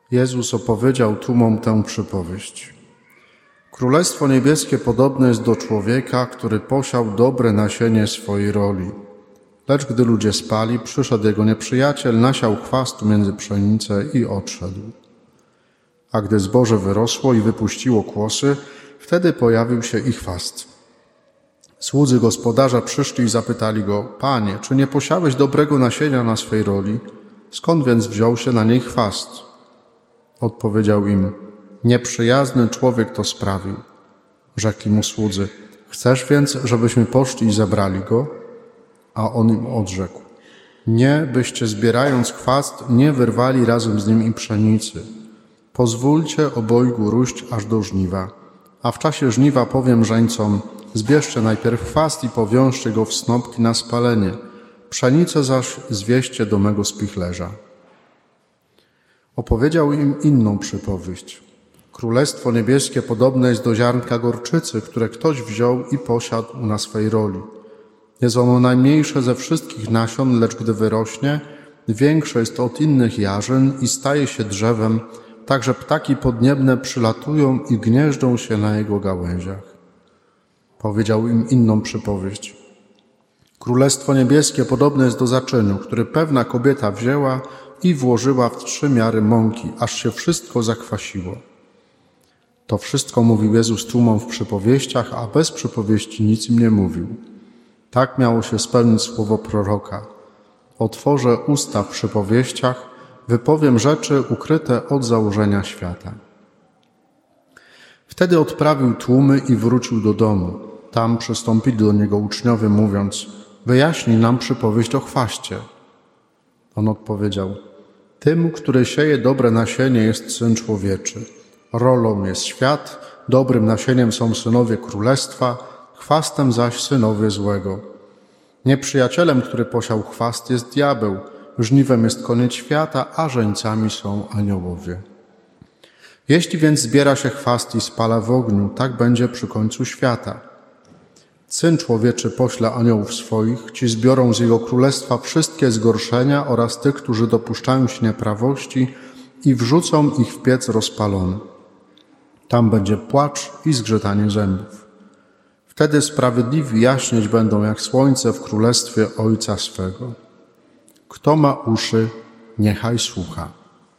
Jezus opowiedział tłumom tę przypowieść. Królestwo niebieskie podobne jest do człowieka, który posiał dobre nasienie swojej roli. Lecz gdy ludzie spali, przyszedł jego nieprzyjaciel, nasiał chwastu między pszenicę i odszedł. A gdy zboże wyrosło i wypuściło kłosy, wtedy pojawił się i chwast. Słudzy gospodarza przyszli i zapytali go: Panie, czy nie posiałeś dobrego nasienia na swej roli? Skąd więc wziął się na niej chwast? Odpowiedział im: Nieprzyjazny człowiek to sprawił. Rzekli mu słudzy: Chcesz więc, żebyśmy poszli i zabrali go? A on im odrzekł: Nie, byście zbierając chwast nie wyrwali razem z nim i pszenicy. Pozwólcie obojgu róść aż do żniwa. A w czasie żniwa powiem żeńcom: Zbierzcie najpierw chwast i powiążcie go w snopki na spalenie. Pszenicę zaś zwieźcie do mego spichlerza. Opowiedział im inną przypowieść. Królestwo niebieskie podobne jest do ziarnka gorczycy, które ktoś wziął i posiadł na swej roli. Jest ono najmniejsze ze wszystkich nasion, lecz gdy wyrośnie, większe jest od innych jarzyn i staje się drzewem, tak że ptaki podniebne przylatują i gnieżdżą się na jego gałęziach. Powiedział im inną przypowieść. Królestwo niebieskie podobne jest do zaczynu, który pewna kobieta wzięła i włożyła w 3 miary mąki, aż się wszystko zakwasiło. To wszystko mówił Jezus tłumom w przypowieściach, a bez przypowieści nic im nie mówił. Tak miało się spełnić słowo proroka. Otworzę usta w przypowieściach, wypowiem rzeczy ukryte od założenia świata. Wtedy odprawił tłumy i wrócił do domu. Tam przystąpili do niego uczniowie, mówiąc: Wyjaśnij nam przypowieść o chwaście. On odpowiedział: Tym, który sieje dobre nasienie, jest Syn Człowieczy. Rolą jest świat, dobrym nasieniem są synowie królestwa, chwastem zaś synowie złego. Nieprzyjacielem, który posiał chwast, jest diabeł, żniwem jest koniec świata, a żeńcami są aniołowie. Jeśli więc zbiera się chwast i spala w ogniu, tak będzie przy końcu świata. Syn Człowieczy pośle aniołów swoich, ci zbiorą z jego królestwa wszystkie zgorszenia oraz tych, którzy dopuszczają się nieprawości i wrzucą ich w piec rozpalony. Tam będzie płacz i zgrzytanie zębów. Wtedy sprawiedliwi jaśnieć będą jak słońce w królestwie Ojca swego. Kto ma uszy, niechaj słucha.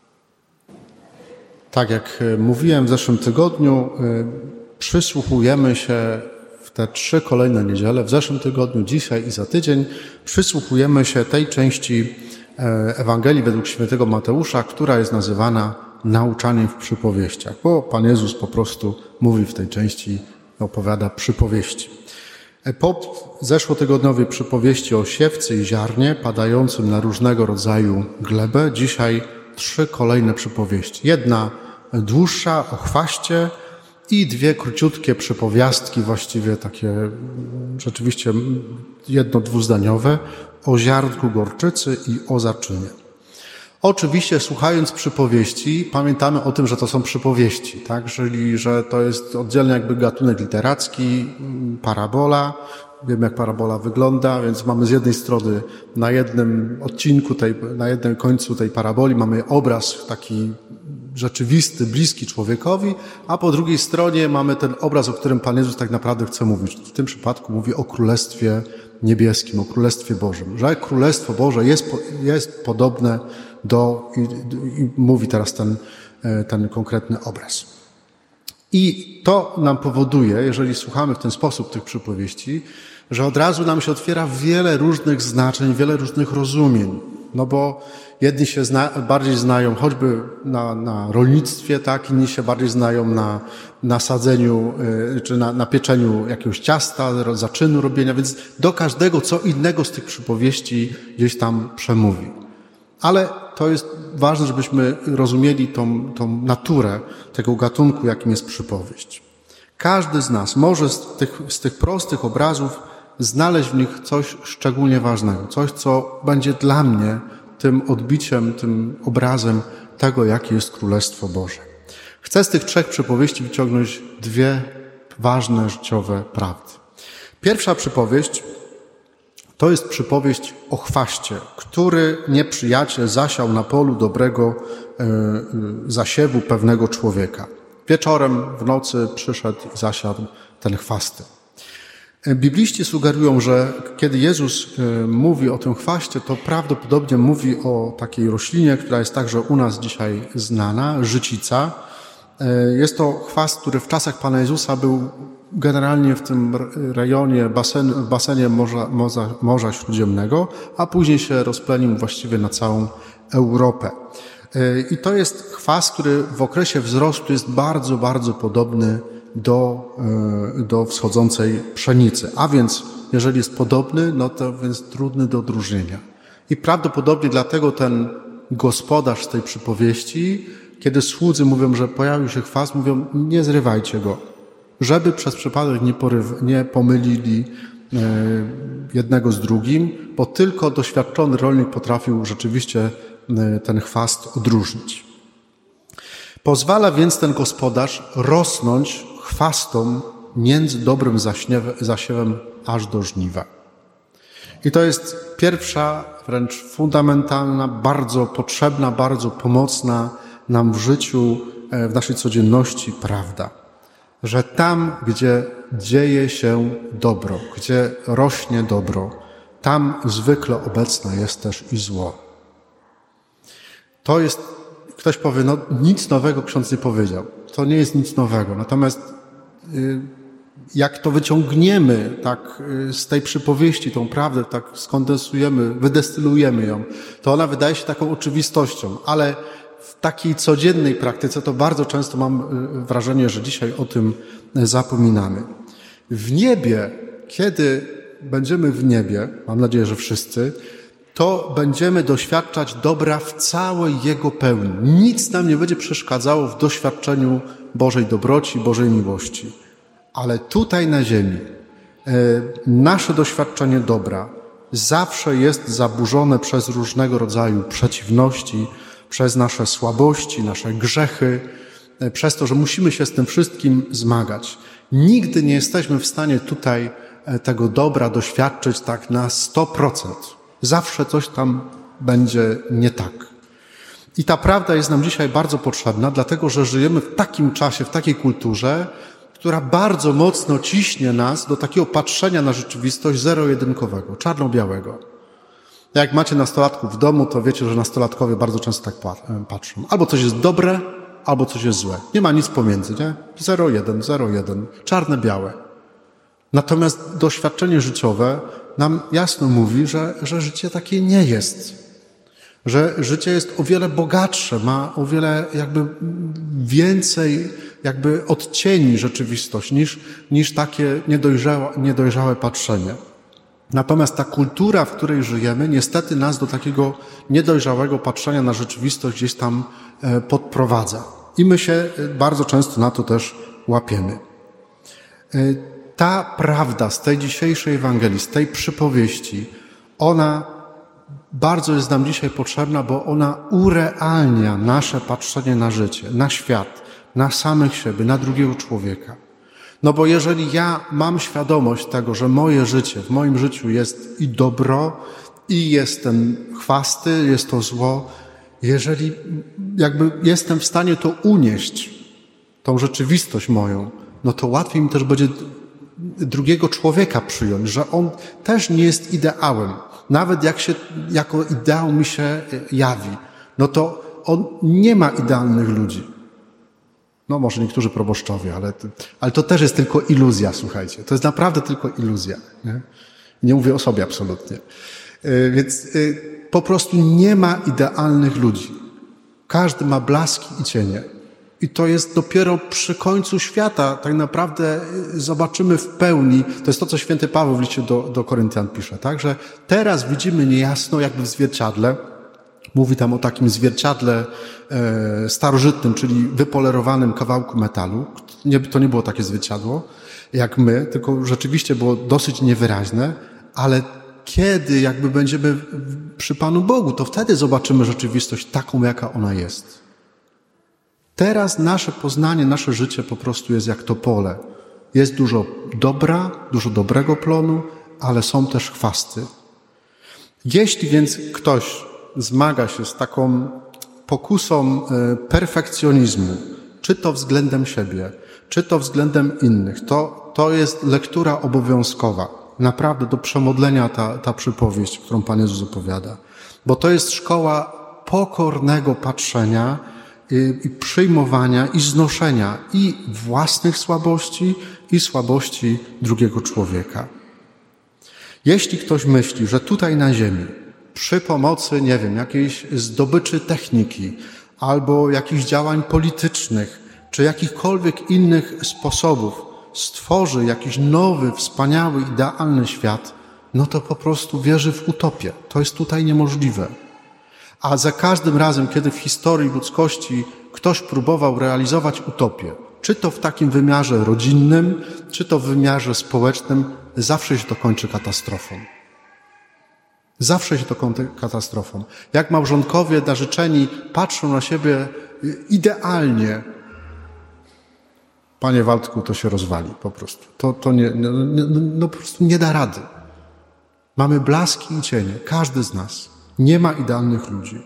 Tak jak mówiłem w zeszłym tygodniu, przysłuchujemy się w te 3 kolejne niedziele, w zeszłym tygodniu, dzisiaj i za tydzień, przysłuchujemy się tej części Ewangelii według świętego Mateusza, która jest nazywana nauczaniem w przypowieściach, bo Pan Jezus po prostu mówi w tej części, opowiada przypowieści. Po zeszłotygodniowej przypowieści o siewcy i ziarnie padającym na różnego rodzaju glebę, dzisiaj 3 kolejne przypowieści. Jedna dłuższa o chwaście i 2 króciutkie przypowiastki, właściwie takie rzeczywiście 1-2-zdaniowe, o ziarnku gorczycy i o zaczynie. Oczywiście słuchając przypowieści pamiętamy o tym, że to są przypowieści, tak? Czyli że to jest oddzielny jakby gatunek literacki, parabola. Wiemy, jak parabola wygląda, więc mamy z jednej strony na jednym odcinku, na jednym końcu tej paraboli mamy obraz taki rzeczywisty, bliski człowiekowi, a po drugiej stronie mamy ten obraz, o którym Pan Jezus tak naprawdę chce mówić. W tym przypadku mówi o Królestwie Niebieskim, o Królestwie Bożym. Że Królestwo Boże jest podobne i mówi teraz ten konkretny obraz. I to nam powoduje, jeżeli słuchamy w ten sposób tych przypowieści, że od razu nam się otwiera wiele różnych znaczeń, wiele różnych rozumień. No bo jedni się bardziej znają choćby na rolnictwie, tak, inni się bardziej znają na sadzeniu czy na pieczeniu jakiegoś ciasta, zaczynu robienia, więc do każdego co innego z tych przypowieści gdzieś tam przemówi. Ale to jest ważne, żebyśmy rozumieli tą naturę tego gatunku, jakim jest przypowieść. Każdy z nas może z tych prostych obrazów znaleźć w nich coś szczególnie ważnego, coś, co będzie dla mnie tym odbiciem, tym obrazem tego, jakie jest Królestwo Boże. Chcę z tych 3 przypowieści wyciągnąć 2 ważne życiowe prawdy. Pierwsza przypowieść To jest przypowieść o chwaście, który nieprzyjaciel zasiał na polu dobrego zasiewu pewnego człowieka. Wieczorem, w nocy przyszedł i zasiadł ten chwasty. Bibliści sugerują, że kiedy Jezus mówi o tym chwaście, to prawdopodobnie mówi o takiej roślinie, która jest także u nas dzisiaj znana, życica. Jest to chwast, który w czasach Pana Jezusa był generalnie w tym rejonie, w basenie Morza Śródziemnego, a później się rozplenił właściwie na całą Europę. I to jest chwast, który w okresie wzrostu jest bardzo, bardzo podobny do wschodzącej pszenicy. A więc, jeżeli jest podobny, no to więc trudny do odróżnienia. I prawdopodobnie dlatego ten gospodarz z tej przypowieści, kiedy słudzy mówią, że pojawił się chwast, mówią, nie zrywajcie go, żeby przez przypadek nie pomylili jednego z drugim, bo tylko doświadczony rolnik potrafił rzeczywiście ten chwast odróżnić. Pozwala więc ten gospodarz rosnąć chwastom między dobrym zasiewem aż do żniwa. I to jest pierwsza, wręcz fundamentalna, bardzo potrzebna, bardzo pomocna nam w życiu, w naszej codzienności prawda. Że tam, gdzie dzieje się dobro, gdzie rośnie dobro, tam zwykle obecne jest też i zło. To jest, ktoś powie, no nic nowego ksiądz nie powiedział. To nie jest nic nowego. Natomiast jak to wyciągniemy tak z tej przypowieści, tą prawdę tak skondensujemy, wydestylujemy ją, to ona wydaje się taką oczywistością, ale w takiej codziennej praktyce to bardzo często mam wrażenie, że dzisiaj o tym zapominamy. W niebie, kiedy będziemy w niebie, mam nadzieję, że wszyscy, to będziemy doświadczać dobra w całej jego pełni. Nic nam nie będzie przeszkadzało w doświadczeniu Bożej dobroci, Bożej miłości. Ale tutaj na ziemi nasze doświadczenie dobra zawsze jest zaburzone przez różnego rodzaju przeciwności, przez nasze słabości, nasze grzechy, przez to, że musimy się z tym wszystkim zmagać. Nigdy nie jesteśmy w stanie tutaj tego dobra doświadczyć tak na 100%. Zawsze coś tam będzie nie tak. I ta prawda jest nam dzisiaj bardzo potrzebna, dlatego że żyjemy w takim czasie, w takiej kulturze, która bardzo mocno ciśnie nas do takiego patrzenia na rzeczywistość zero-jedynkowego, czarno-białego. Jak macie nastolatków w domu, to wiecie, że nastolatkowie bardzo często tak patrzą. Albo coś jest dobre, albo coś jest złe. Nie ma nic pomiędzy, nie? 0-1, 0-1, czarne-białe. Natomiast doświadczenie życiowe nam jasno mówi, że życie takie nie jest. Że życie jest o wiele bogatsze, ma o wiele jakby więcej jakby odcieni rzeczywistość niż takie niedojrzałe patrzenie. Natomiast ta kultura, w której żyjemy, niestety nas do takiego niedojrzałego patrzenia na rzeczywistość gdzieś tam podprowadza. I my się bardzo często na to też łapiemy. Ta prawda z tej dzisiejszej Ewangelii, z tej przypowieści, ona bardzo jest nam dzisiaj potrzebna, bo ona urealnia nasze patrzenie na życie, na świat, na samych siebie, na drugiego człowieka. No bo jeżeli ja mam świadomość tego, że moje życie, w moim życiu jest i dobro, i jest ten chwasty, jest to zło, jeżeli jakby jestem w stanie to unieść, tą rzeczywistość moją, no to łatwiej mi też będzie drugiego człowieka przyjąć, że on też nie jest ideałem. Nawet jak się jako ideał mi się jawi, no to on nie ma idealnych ludzi. No może niektórzy proboszczowie, ale to też jest tylko iluzja, słuchajcie. To jest naprawdę tylko iluzja. Nie mówię o sobie absolutnie. Więc po prostu nie ma idealnych ludzi. Każdy ma blaski i cienie. I to jest dopiero przy końcu świata. Tak naprawdę zobaczymy w pełni, to jest to, co święty Paweł w liście do Koryntian pisze, tak? Że teraz widzimy niejasno, jakby w zwierciadle. Mówi tam o takim zwierciadle starożytnym, czyli wypolerowanym kawałku metalu. To nie było takie zwierciadło jak my, tylko rzeczywiście było dosyć niewyraźne, ale kiedy jakby będziemy przy Panu Bogu, to wtedy zobaczymy rzeczywistość taką, jaka ona jest. Teraz nasze poznanie, nasze życie po prostu jest jak to pole. Jest dużo dobra, dużo dobrego plonu, ale są też chwasty. Jeśli więc ktoś zmaga się z taką pokusą perfekcjonizmu, czy to względem siebie, czy to względem innych, to jest lektura obowiązkowa. Naprawdę do przemodlenia ta przypowieść, którą Pan Jezus opowiada. Bo to jest szkoła pokornego patrzenia i przyjmowania i znoszenia i własnych słabości, i słabości drugiego człowieka. Jeśli ktoś myśli, że tutaj na ziemi przy pomocy, nie wiem, jakiejś zdobyczy techniki albo jakichś działań politycznych czy jakichkolwiek innych sposobów stworzy jakiś nowy, wspaniały, idealny świat, no to po prostu wierzy w utopię. To jest tutaj niemożliwe. A za każdym razem, kiedy w historii ludzkości ktoś próbował realizować utopię, czy to w takim wymiarze rodzinnym, czy to w wymiarze społecznym, zawsze się to kończy katastrofą. Zawsze się to kończy katastrofą. Jak małżonkowie narzeczeni patrzą na siebie idealnie, Panie Waldku, to się rozwali po prostu. To nie, po prostu nie da rady. Mamy blaski i cienie, każdy z nas. Nie ma idealnych ludzi.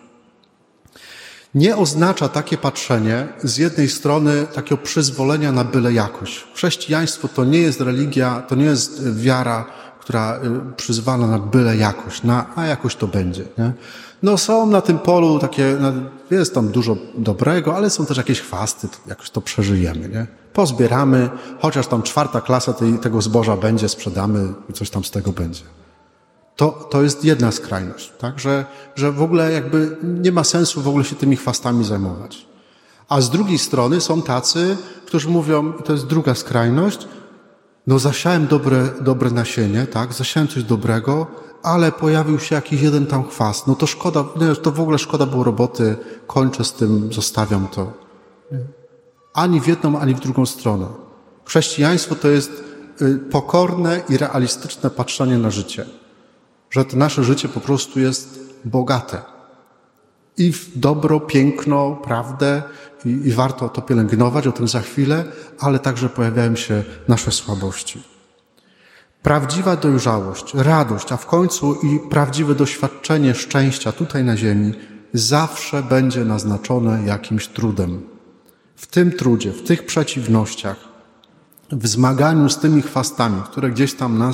Nie oznacza takie patrzenie z jednej strony takiego przyzwolenia na byle jakość. Chrześcijaństwo to nie jest religia, to nie jest wiara, która przyzwala na byle jakość, a jakoś to będzie. Nie? No są na tym polu takie, jest tam dużo dobrego, ale są też jakieś chwasty, jakoś to przeżyjemy. Nie? Pozbieramy, chociaż tam 4. klasa tego zboża będzie, sprzedamy i coś tam z tego będzie. To jest jedna skrajność, tak? Że w ogóle jakby nie ma sensu w ogóle się tymi chwastami zajmować. A z drugiej strony są tacy, którzy mówią, to jest druga skrajność, no zasiałem dobre nasienie, tak? Zasiałem coś dobrego, ale pojawił się jakiś jeden tam chwast. No to szkoda, to w ogóle szkoda było roboty, kończę z tym, zostawiam to. Ani w jedną, ani w drugą stronę. Chrześcijaństwo to jest pokorne i realistyczne patrzenie na życie. Że to nasze życie po prostu jest bogate. I w dobro, piękno, prawdę i warto to pielęgnować, o tym za chwilę, ale także pojawiają się nasze słabości. Prawdziwa dojrzałość, radość, a w końcu i prawdziwe doświadczenie szczęścia tutaj na ziemi zawsze będzie naznaczone jakimś trudem. W tym trudzie, w tych przeciwnościach, w zmaganiu z tymi chwastami, które gdzieś tam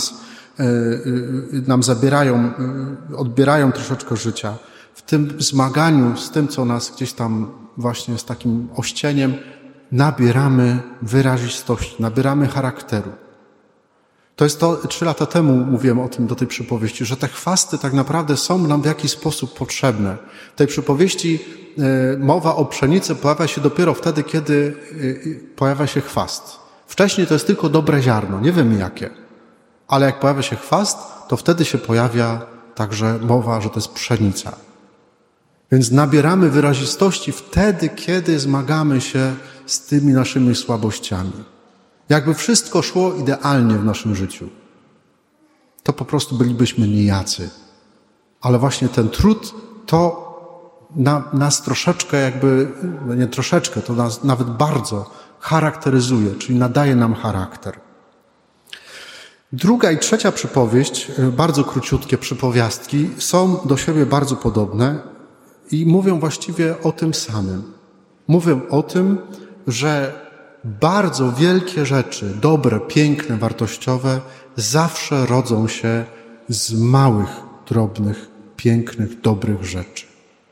nam zabierają, odbierają troszeczkę życia, w tym zmaganiu z tym, co nas gdzieś tam właśnie z takim ościeniem, nabieramy wyrazistości, nabieramy charakteru. To jest to, 3 lata temu mówiłem o tym do tej przypowieści, że te chwasty tak naprawdę są nam w jakiś sposób potrzebne. W tej przypowieści mowa o pszenicy pojawia się dopiero wtedy, kiedy pojawia się chwast. Wcześniej to jest tylko dobre ziarno, nie wiemy jakie. Ale jak pojawia się chwast, to wtedy się pojawia także mowa, że to jest pszenica. Więc nabieramy wyrazistości wtedy, kiedy zmagamy się z tymi naszymi słabościami. Jakby wszystko szło idealnie w naszym życiu, to po prostu bylibyśmy nijacy. Ale właśnie ten trud to nas troszeczkę jakby, nie troszeczkę, to nas nawet bardzo charakteryzuje, czyli nadaje nam charakter. Druga i trzecia przypowieść, bardzo króciutkie przypowiastki, są do siebie bardzo podobne i mówią właściwie o tym samym. Mówią o tym, że bardzo wielkie rzeczy, dobre, piękne, wartościowe, zawsze rodzą się z małych, drobnych, pięknych, dobrych rzeczy.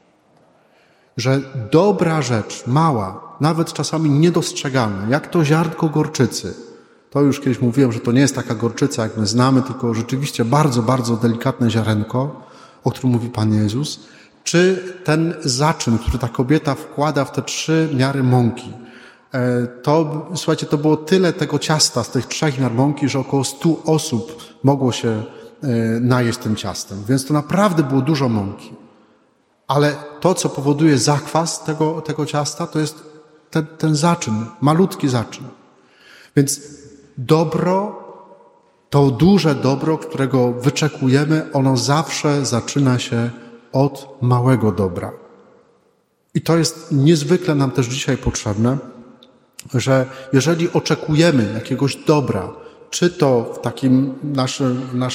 Że dobra rzecz, mała, nawet czasami niedostrzegalna, jak to ziarnko gorczycy, to już kiedyś mówiłem, że to nie jest taka gorczyca, jak my znamy, tylko rzeczywiście bardzo, bardzo delikatne ziarenko, o którym mówi Pan Jezus, czy ten zaczyn, który ta kobieta wkłada w te 3 miary mąki. Słuchajcie, to było tyle tego ciasta z tych 3 miar mąki, że około 100 osób mogło się najeść tym ciastem. Więc to naprawdę było dużo mąki. Ale to, co powoduje zakwas tego ciasta, to jest ten zaczyn, malutki zaczyn. Więc dobro, to duże dobro, którego wyczekujemy, ono zawsze zaczyna się od małego dobra. I to jest niezwykle nam też dzisiaj potrzebne, że jeżeli oczekujemy jakiegoś dobra, czy to w takim naszej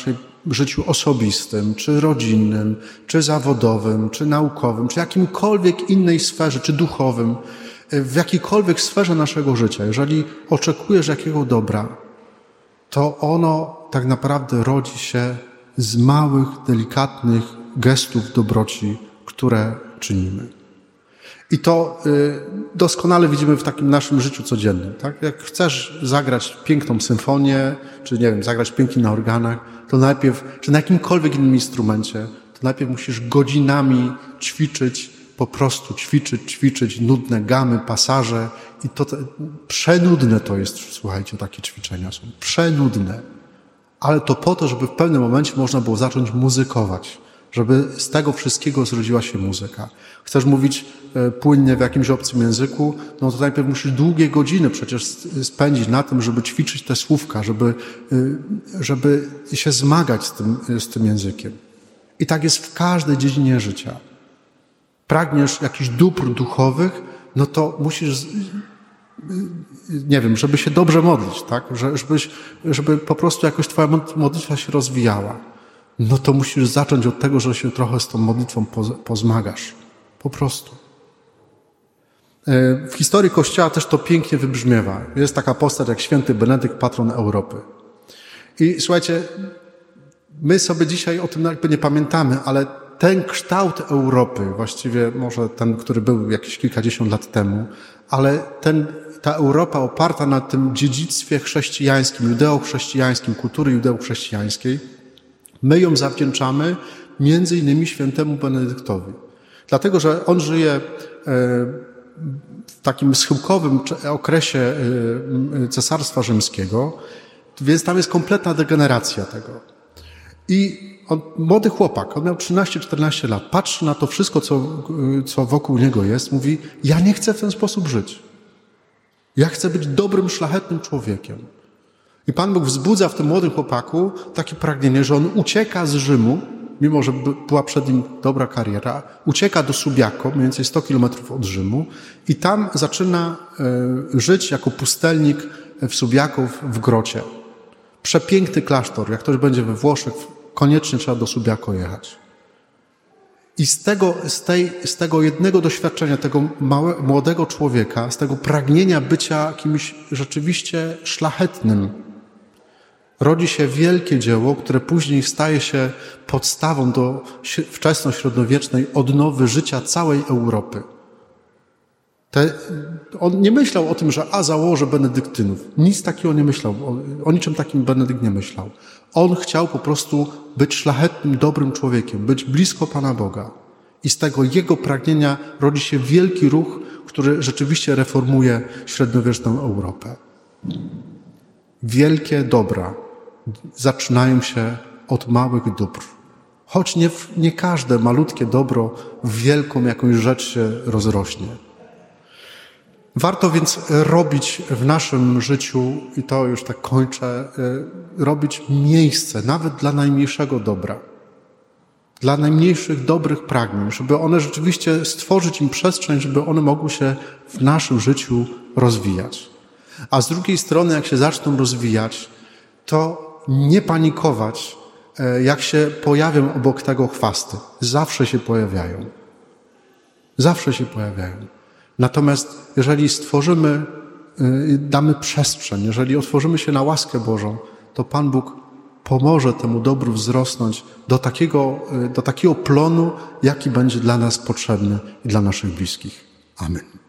życiu osobistym, czy rodzinnym, czy zawodowym, czy naukowym, czy jakimkolwiek innej sferze, czy duchowym, w jakiejkolwiek sferze naszego życia, jeżeli oczekujesz jakiego dobra, to ono tak naprawdę rodzi się z małych, delikatnych gestów dobroci, które czynimy. I to doskonale widzimy w takim naszym życiu codziennym. Tak? Jak chcesz zagrać piękną symfonię, czy nie wiem, zagrać pięknie na organach, to najpierw, czy na jakimkolwiek innym instrumencie, to najpierw musisz godzinami ćwiczyć, po prostu ćwiczyć nudne gamy, pasaże i to przenudne to jest, słuchajcie, takie ćwiczenia są przenudne. Ale to po to, żeby w pewnym momencie można było zacząć muzykować, żeby z tego wszystkiego zrodziła się muzyka. Chcesz mówić płynnie w jakimś obcym języku, no to najpierw musisz długie godziny przecież spędzić na tym, żeby ćwiczyć te słówka, żeby się zmagać z tym językiem. I tak jest w każdej dziedzinie życia. Pragniesz jakichś dóbr duchowych, no to musisz, nie wiem, żeby się dobrze modlić, tak? Żeby po prostu jakoś twoja modlitwa się rozwijała. No to musisz zacząć od tego, że się trochę z tą modlitwą pozmagasz. Po prostu. W historii Kościoła też to pięknie wybrzmiewa. Jest taka postać jak święty Benedykt, patron Europy. I słuchajcie, my sobie dzisiaj o tym jakby nie pamiętamy, ale ten kształt Europy, właściwie może ten, który był jakieś kilkadziesiąt lat temu, ale ta Europa oparta na tym dziedzictwie chrześcijańskim, judeo-chrześcijańskim, kultury judeo-chrześcijańskiej, my ją zawdzięczamy między innymi świętemu Benedyktowi. Dlatego, że on żyje w takim schyłkowym okresie Cesarstwa Rzymskiego, więc tam jest kompletna degeneracja tego. I młody chłopak, on miał 13-14 lat, patrzy na to wszystko, co wokół niego jest, mówi, ja nie chcę w ten sposób żyć. Ja chcę być dobrym, szlachetnym człowiekiem. I Pan Bóg wzbudza w tym młodym chłopaku takie pragnienie, że on ucieka z Rzymu, mimo że była przed nim dobra kariera, ucieka do Subiaco, mniej więcej 100 kilometrów od Rzymu i tam zaczyna żyć jako pustelnik w Subiaco w grocie. Przepiękny klasztor. Jak ktoś będzie we Włoszech, koniecznie trzeba do Subiaco jechać. I z tego jednego doświadczenia, tego młodego człowieka, z tego pragnienia bycia kimś rzeczywiście szlachetnym, rodzi się wielkie dzieło, które później staje się podstawą do wczesnośredniowiecznej odnowy życia całej Europy. On nie myślał o tym, że założę benedyktynów. Nic takiego nie myślał. O niczym takim Benedykt nie myślał. On chciał po prostu być szlachetnym, dobrym człowiekiem, być blisko Pana Boga. I z tego jego pragnienia rodzi się wielki ruch, który rzeczywiście reformuje średniowieczną Europę. Wielkie dobra zaczynają się od małych dóbr. Choć nie każde malutkie dobro w wielką jakąś rzecz się rozrośnie. Warto więc robić w naszym życiu, i to już tak kończę, robić miejsce nawet dla najmniejszego dobra, dla najmniejszych dobrych pragnień, żeby one rzeczywiście stworzyć im przestrzeń, żeby one mogły się w naszym życiu rozwijać. A z drugiej strony, jak się zaczną rozwijać, to nie panikować, jak się pojawią obok tego chwasty. Zawsze się pojawiają. Zawsze się pojawiają. Natomiast jeżeli damy przestrzeń, jeżeli otworzymy się na łaskę Bożą, to Pan Bóg pomoże temu dobru wzrosnąć do takiego plonu, jaki będzie dla nas potrzebny i dla naszych bliskich. Amen.